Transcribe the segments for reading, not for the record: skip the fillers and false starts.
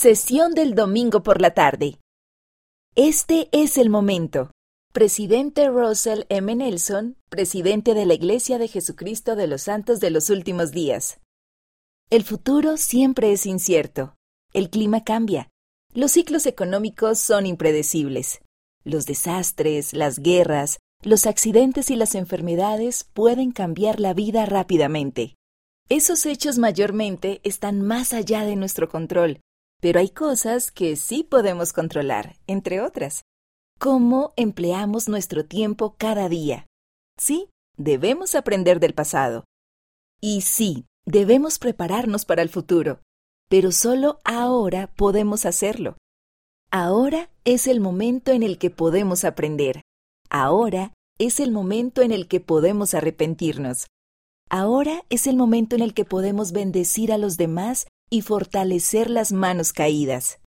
Sesión del domingo por la tarde. Este es el momento. Presidente Russell M. Nelson, presidente de la Iglesia de Jesucristo de los Santos de los Últimos Días. El futuro siempre es incierto. El clima cambia. Los ciclos económicos son impredecibles. Los desastres, las guerras, los accidentes y las enfermedades pueden cambiar la vida rápidamente. Esos hechos mayormente están más allá de nuestro control, pero hay cosas que sí podemos controlar, entre otras. ¿Cómo empleamos nuestro tiempo cada día? Sí, debemos aprender del pasado. Y sí, debemos prepararnos para el futuro, pero solo ahora podemos hacerlo. Ahora es el momento en el que podemos aprender. Ahora es el momento en el que podemos arrepentirnos. Ahora es el momento en el que podemos bendecir a los demás y fortalecer las manos caídas.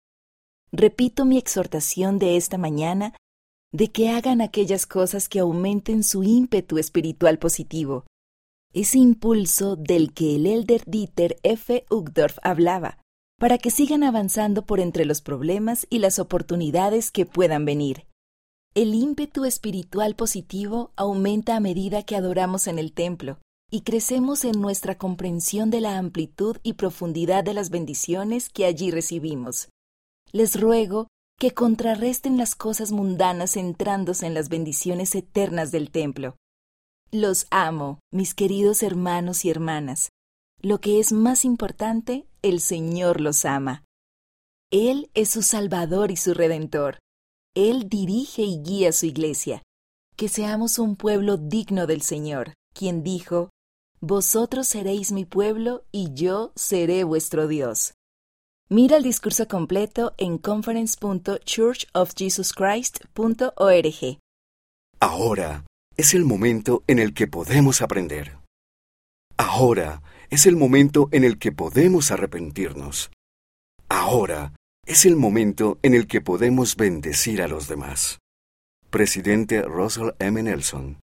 Repito mi exhortación de esta mañana de que hagan aquellas cosas que aumenten su ímpetu espiritual positivo, ese impulso del que el elder Dieter F. Uchtdorf hablaba, para que sigan avanzando por entre los problemas y las oportunidades que puedan venir. El ímpetu espiritual positivo aumenta a medida que adoramos en el templo y crecemos en nuestra comprensión de la amplitud y profundidad de las bendiciones que allí recibimos. Les ruego que contrarresten las cosas mundanas centrándose en las bendiciones eternas del templo. Los amo, mis queridos hermanos y hermanas. Lo que es más importante, el Señor los ama. Él es su Salvador y su Redentor. Él dirige y guía su iglesia. Que seamos un pueblo digno del Señor, quien dijo: «Vosotros seréis mi pueblo y yo seré vuestro Dios». Mira el discurso completo en conference.churchofjesuschrist.org. Ahora es el momento en el que podemos aprender. Ahora es el momento en el que podemos arrepentirnos. Ahora es el momento en el que podemos bendecir a los demás. Presidente Russell M. Nelson.